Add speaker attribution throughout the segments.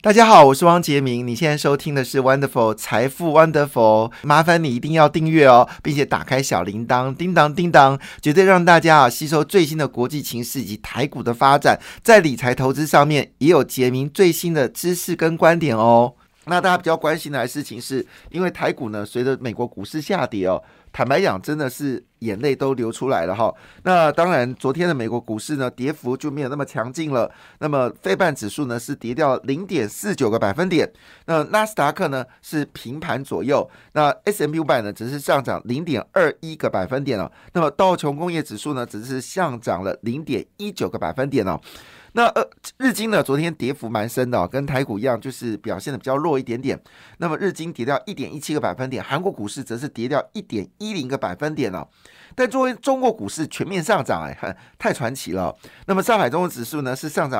Speaker 1: 大家好，我是汪杰明。你现在收听的是 Wonderful 财富 Wonderful， 麻烦你一定要订阅哦，并且打开小铃铛，叮当叮当，绝对让大家吸收最新的国际情势以及台股的发展，在理财投资上面也有杰明最新的知识跟观点哦。那大家比较关心的事情是，因为台股呢，随着美国股市下跌哦，坦白讲，真的是眼泪都流出来了哈。那当然，昨天的美国股市呢，跌幅就没有那么强劲了。那么费半指数呢是跌掉 0.49 个百分点，那纳斯达克呢是平盘左右，那 S&P 500呢只是上涨 0.21 个百分点哦。那么道琼工业指数呢只是上涨了 0.19 个百分点哦。那日经呢，昨天跌幅蛮深的哦，跟台股一样，就是表现的比较弱一点点。那么日经跌掉 1.17 个百分点，韩国股市则是跌掉 1.10 个百分点哦。但作为中国股市全面上涨，太传奇了哦。那么上海综合指数呢是上涨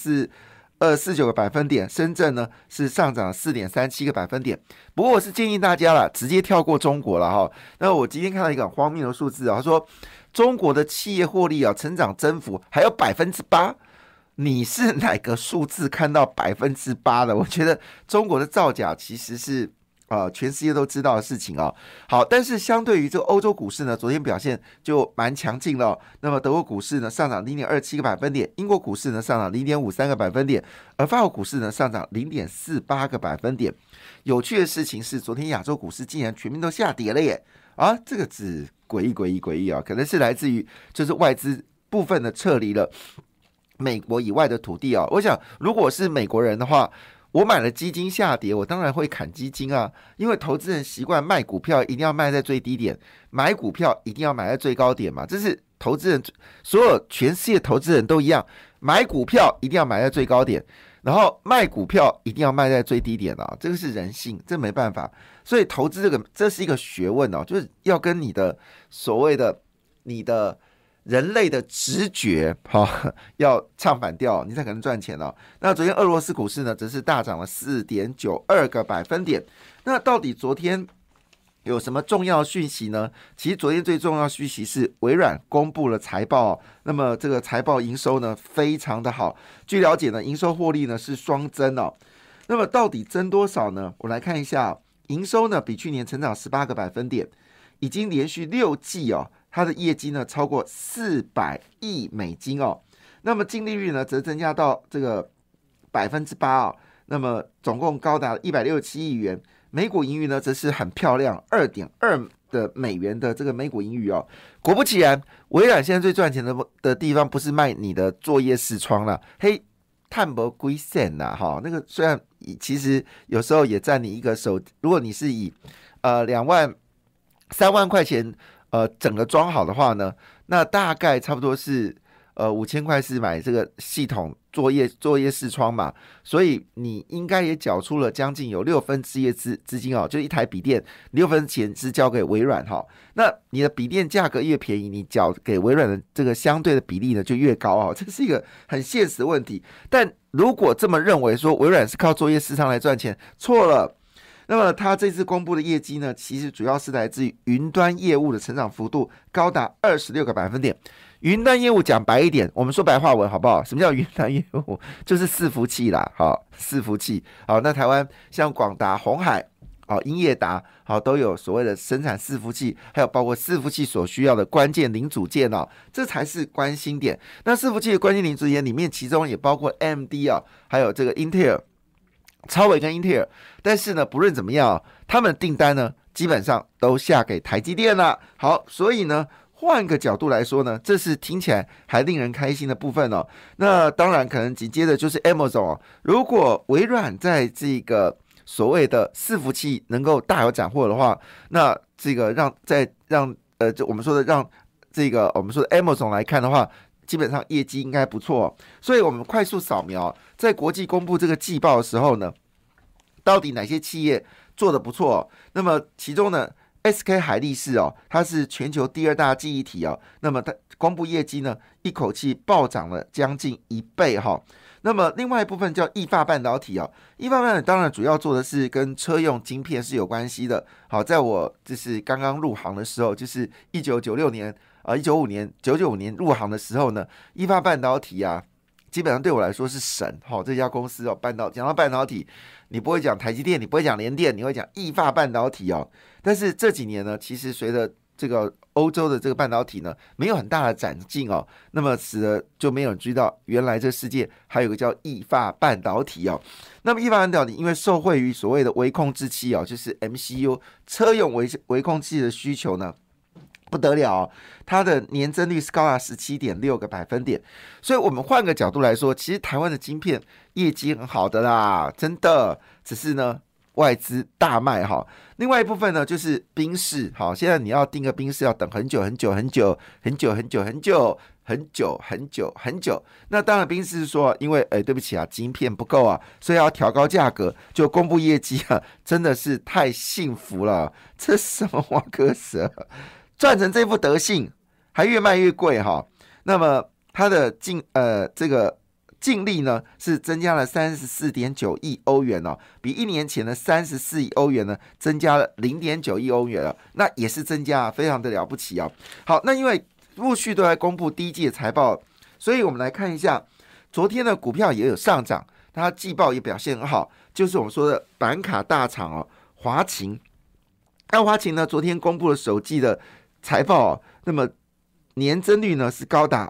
Speaker 1: 2.49 个百分点，深圳呢是上涨 4.37 个百分点。不过我是建议大家啦，直接跳过中国了哈。那我今天看到一个很荒谬的数字啊，他说中国的企业获利啊成长增幅还有 8%。你是哪个数字看到 8% 的？我觉得中国的造假其实是全世界都知道的事情哦。好，但是相对于这个欧洲股市呢，昨天表现就蛮强劲了哦。那么德国股市呢上涨 0.27 个百分点，英国股市呢上涨 0.53 个百分点，而法国股市呢上涨 0.48 个百分点。有趣的事情是，昨天亚洲股市竟然全面都下跌了耶！啊，这个字诡异啊，可能是来自于就是外资部分的撤离了美国以外的土地哦。我想如果是美国人的话，我买了基金下跌，我当然会砍基金啊，因为投资人习惯卖股票一定要卖在最低点，买股票一定要买在最高点嘛，这是投资人所有全世界投资人都一样，买股票一定要买在最高点，然后卖股票一定要卖在最低点啊，这个是人性，这没办法。所以投资这是一个学问哦，就是要跟你的所谓的你的人类的直觉要唱反调，你才可能赚钱哦。那昨天俄罗斯股市呢，则是大涨了 4.92 个百分点。那到底昨天有什么重要讯息呢？其实昨天最重要的讯息是微软公布了财报哦，那么这个财报营收呢非常的好，据了解呢，营收获利呢是双增哦。那么到底增多少呢？我来看一下，营收呢比去年成长18个百分点，已经连续6季哦。它的业绩呢超过400亿美金哦，那么净利率呢则增加到这个 8% 哦，那么总共高达167亿元，每股盈余呢则是很漂亮 2.2 的美元的这个每股盈余哦。果不其然，微软现在最赚钱的地方不是卖你的作业视窗了，嘿，碳博归线呐哈，那个虽然其实有时候也占你一个手，如果你是以2万3万块钱整个装好的话呢，那大概差不多是5000块是买这个系统作业视窗嘛，所以你应该也缴出了将近有1/6资金哦，就一台笔电6/6钱是交给微软哈。那你的笔电价格越便宜，你缴给微软的这个相对的比例呢就越高哦，这是一个很现实的问题。但如果这么认为说微软是靠作业视窗来赚钱，错了。那么它这次公布的业绩呢，其实主要是来自于云端业务的成长幅度高达26个百分点。云端业务讲白一点，我们说白话文好不好？什么叫云端业务？就是伺服器啦，好，伺服器。好，那台湾像广达、鸿海、好英业达，好都有所谓的生产伺服器，还有包括伺服器所需要的关键零组件哦，这才是关心点。那伺服器的关键零组件里面，其中也包括 AMD 啊，还有这个英特尔。超微跟英特尔，但是呢，不论怎么样，他们的订单呢，基本上都下给台积电了。好，所以呢，换个角度来说呢，这是听起来还令人开心的部分哦。那当然，可能紧接着就是 Amazon 哦。如果微软在这个所谓的伺服器能够大有斩获的话，那这个让就我们说的让这个我们说的 Amazon 来看的话。基本上业绩应该不错，所以我们快速扫描，在国际公布这个季报的时候呢，到底哪些企业做得不错？那么其中呢 ，SK 海力士哦，它是全球第2大记忆体哦，那么它公布业绩呢，一口气暴涨了将近1倍哈。那么另外一部分叫意法半导体哦，意法半导体当然主要做的是跟车用晶片是有关系的。好，在我就是刚刚入行的时候，就是1996年。1995年入行的时候呢，意法半导体啊， 基本上对我来说是神。这家公司讲到半导体，你不会讲台积电，你不会讲联电，你会讲意法半导体哦。但是这几年呢，其实随着这个欧洲的这个半导体呢没有很大的展进哦，那么使得就没有人注意到原来这世界还有个叫意法半导体哦。那么意法半导体因为受惠于所谓的微控制器哦，就是 MCU 车用微控制器的需求呢不得了哦，它的年增率是高达 17.6 个百分点。所以我们换个角度来说，其实台湾的晶片业绩很好的啦，真的，只是呢外资大卖哈。另外一部分呢就是宾士，好，现在你要订个宾士要等很久很久很久很久很久很久很久很久很久。那当然宾士是说，因为对不起啊，晶片不够啊，所以要调高价格，就公布业绩啊，真的是太幸福了。这什么挖科蛇，赚成这副德性，还越卖越贵哈。那么它的这个净利呢是增加了 34.9 亿欧元哦，比1年前的34亿欧元呢增加了 0.9 亿欧元了，那也是增加，非常的了不起哦。好，那因为陆续都在公布第一季的财报，所以我们来看一下，昨天的股票也有上涨，它季报也表现很好，就是我们说的板卡大厂哦，华擎。那华擎呢，昨天公布了首季的财报哦，那么年增率呢是高达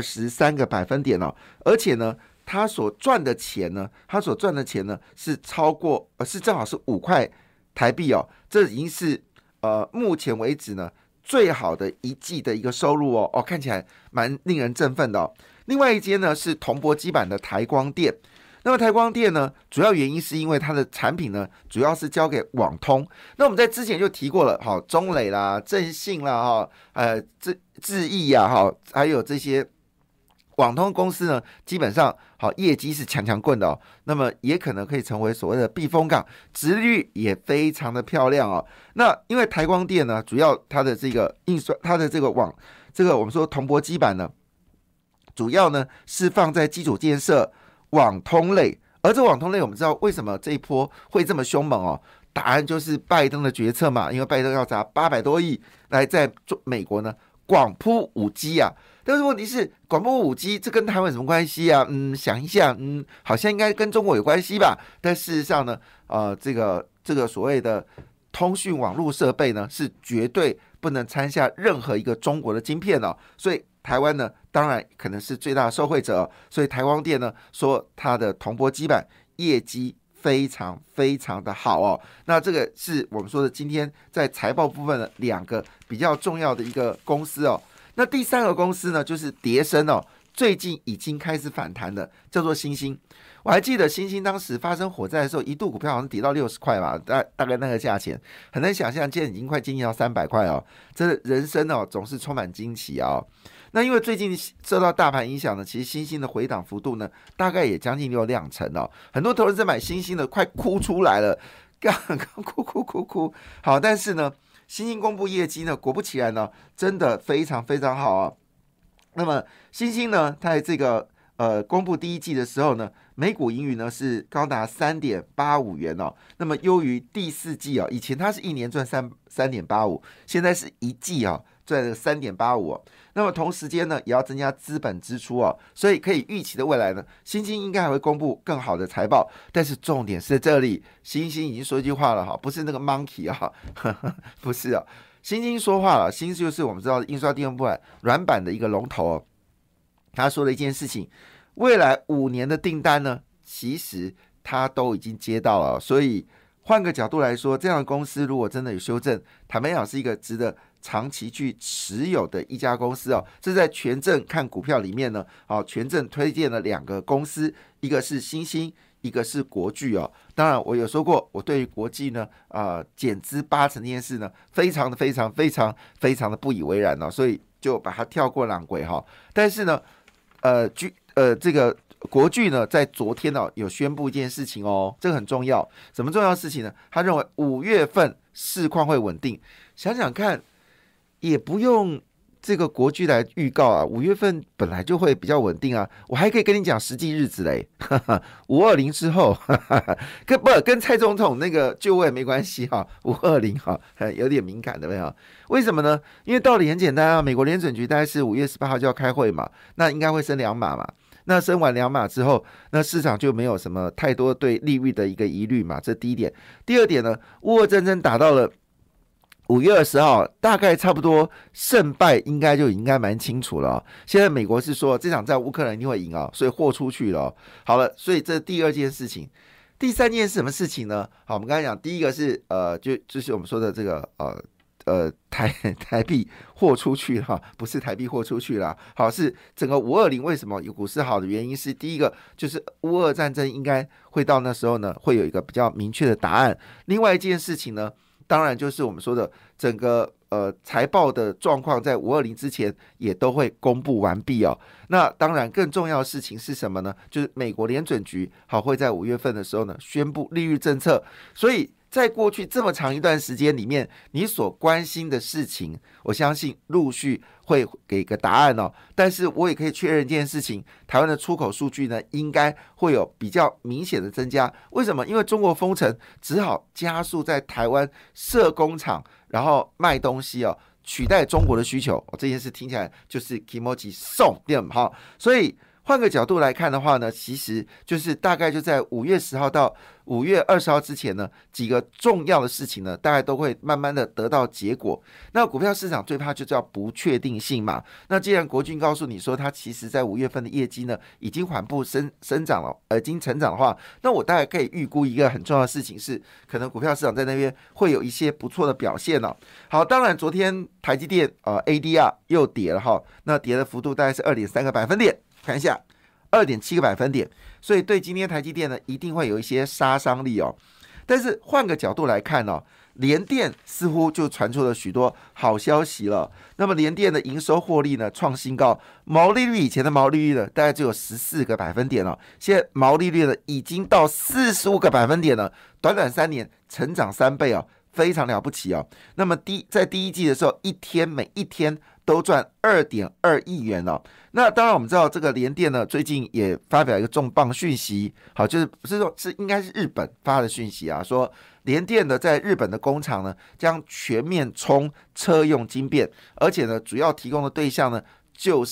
Speaker 1: 23个百分点哦，而且呢，他所赚的钱呢是超过是正好是5块台币哦，这已经是目前为止呢最好的一季的一个收入哦，看起来蛮令人振奋的哦。另外一间呢是铜箔基板的台光电。那么台光电呢，主要原因是因为它的产品呢，主要是交给网通。那我们在之前就提过了，好，中磊啦、正信啦、智毅啊，哈，还有这些网通公司呢，基本上好业绩是强强棍的哦。那么也可能可以成为所谓的避风港，殖利率也非常的漂亮哦。那因为台光电呢，主要它的这个印刷，它的这个我们说铜箔基板呢，主要呢是放在基础建设。网通类，而这网通类我们知道为什么这一波会这么凶猛哦？答案就是拜登的决策嘛，因为拜登要砸800多亿来在美国呢广铺5G 啊。但是问题是广铺5G这跟台湾有什么关系啊？想一下，好像应该跟中国有关系吧？但事实上呢，这个所谓的通讯网络设备呢，是绝对不能参下任何一个中国的晶片哦，所以。台湾呢，当然可能是最大的受惠者哦，所以台光电呢说它的铜箔基板业绩非常非常的好哦。那这个是我们说的今天在财报部分的2个比较重要的一个公司哦。那第3个公司呢，就是跌升哦，最近已经开始反弹的，叫做星星。我还记得星星当时发生火灾的时候，一度股票好像跌到60块吧，大概那个价钱，很难想象，现在已经快接近到300块哦。这人生哦，总是充满惊奇哦。那因为最近受到大盘影响呢，其实星星的回档幅度呢，大概也将近有2成哦。很多投资者买星星的快哭出来了，刚哭。好，但是呢，星星公布业绩呢，果不其然呢，真的非常非常好啊。那么星星呢，它在这个公布第一季的时候呢，每股盈余呢是高达 3.85 元哦，那么优于第4季哦，以前它是1年赚 3.85， 现在是1季哦赚 3.85 哦。那么同时间呢，也要增加资本支出哦，所以可以预期的未来呢，星星应该还会公布更好的财报。但是重点是在这里，星星已经说一句话了哈，不是那个 monkey 啊，不是啊，星星说话了，星星就是我们知道印刷电路板软板的一个龙头哦。他说了一件事情，未来5年的订单呢，其实他都已经接到了，所以换个角度来说，这样的公司如果真的有修正，坦白讲是一个值得长期去持有的一家公司哦。这在权证看股票里面呢，权证推荐了2个公司，一个是星星，一个是国巨哦。当然我有说过，我对于国巨呢减资80%这件事呢，非常的不以为然哦，所以就把它跳过浪轨哈。但是呢这个国巨呢，在昨天有宣布一件事情哦，这个很重要。什么重要的事情呢？他认为5月份市况会稳定。想想看，也不用这个国巨来预告啊，5月份本来就会比较稳定啊。我还可以跟你讲实际日子嘞，520之后，跟蔡总统那个就位没关系哈，520哈，有点敏感的没有？为什么呢？因为道理很简单啊，美国联准局大概是5月18号就要开会嘛，那应该会升2码嘛。 那升完2码之后，那市场就没有什么太多对利率的一个疑虑嘛，这第一点。第二点呢，乌俄战争打到了5月20号，大概差不多胜败应该蛮清楚了。现在美国是说这场战乌克兰一定会赢所以豁出去了。好了，所以这是第二件事情。第三件是什么事情呢？好，我们刚才讲第一个是就是我们说的这个台币豁出去哈，不是台币豁出去啦。好，是整个520为什么有股市好的原因是第一个就是乌俄战争应该会到那时候呢会有一个比较明确的答案。另外一件事情呢，当然就是我们说的整个财报的状况在520之前也都会公布完毕那当然更重要的事情是什么呢？就是美国联准局会在5月份的时候呢宣布利率政策。所以在过去这么长一段时间里面，你所关心的事情，我相信陆续会给个答案但是我也可以确认一件事情，台湾的出口数据呢，应该会有比较明显的增加。为什么？因为中国封城，只好加速在台湾设工厂，然后卖东西取代中国的需求。这件事听起来就是 Kimochi 送对吗？所以换个角度来看的话呢，其实就是大概就在5月10号到5月20号之前呢，几个重要的事情呢，大概都会慢慢的得到结果。那股票市场最怕就叫不确定性嘛。那既然国军告诉你说，它其实在5月份的业绩呢，已经缓步生长了，已经成长的话，那我大概可以预估一个很重要的事情是，可能股票市场在那边会有一些不错的表现好，当然昨天台积电ADR 又跌了那跌的幅度大概是2.3个百分点。看一下2.7个百分点，所以对今天台积电呢一定会有一些杀伤力但是换个角度来看联电似乎就传出了许多好消息了。那么联电的营收获利呢创新高，毛利率以前的毛利率呢大概只有14个百分点现在毛利率呢已经到45个百分点了，短短3年成长3倍非常了不起那么在第一季的时候，每一天都赚2.2亿元那当然我们知道这个联电呢最近也发表一个重磅讯息，好，就是不是说是应该是日本发的讯息说联电的在日本的工厂呢将全面充车用晶片，而且呢主要提供的对象呢就是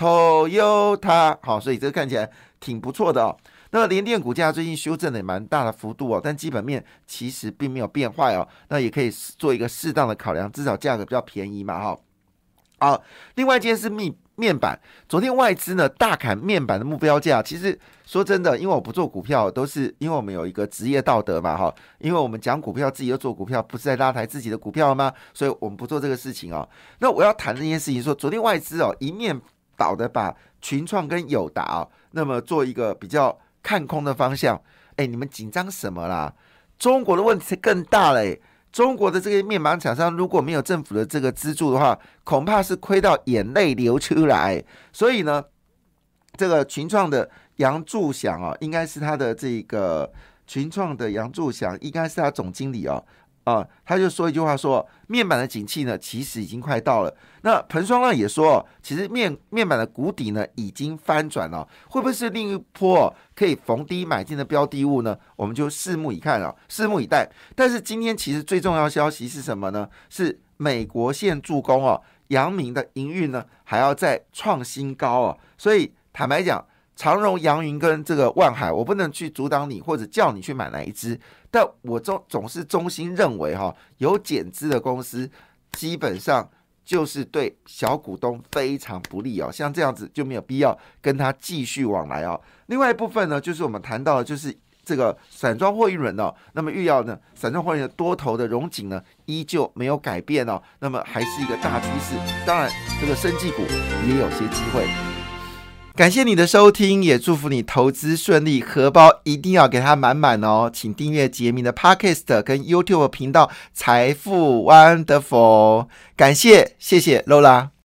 Speaker 1: Toyota。 好，所以这个看起来挺不错的那联电股价最近修正的也蛮大的幅度但基本面其实并没有变坏那也可以做一个适当的考量，至少价格比较便宜嘛好，另外一件是面板，昨天外资呢大砍面板的目标价。其实说真的，因为我不做股票，都是因为我们有一个职业道德嘛因为我们讲股票，自己又做股票，不是在拉抬自己的股票吗？所以我们不做这个事情那我要谈这件事情说，昨天外资一面倒的把群创跟友达那么做一个比较看空的方向。你们紧张什么啦？中国的问题更大了中国的这个面板厂商如果没有政府的这个资助的话，恐怕是亏到眼泪流出来。所以呢，这个群创的杨柱祥应该是他的这个群创的杨柱祥应该是他总经理他就说一句话说，面板的景气呢其实已经快到了。那彭双浪也说其实面板的谷底呢已经翻转了，会不会是另一波可以逢低买进的标的物呢？我们就拭目以看拭目以待。但是今天其实最重要的消息是什么呢？是美国线助攻阳明的营运呢还要再创新高所以坦白讲，长荣、阳云跟这个万海，我不能去阻挡你或者叫你去买哪一支，但我总是衷心认为有减资的公司基本上就是对小股东非常不利像这样子就没有必要跟他继续往来另外一部分呢，就是我们谈到的就是这个散装货运轮那么预料呢，散装货运的多头的荣景呢依旧没有改变那么还是一个大趋势。当然这个生技股也有些机会。感谢你的收听，也祝福你投资顺利，荷包一定要给它满满请订阅杰明的 Podcast 跟 YouTube 频道财富 Wonderful。 感谢，谢谢 Lola。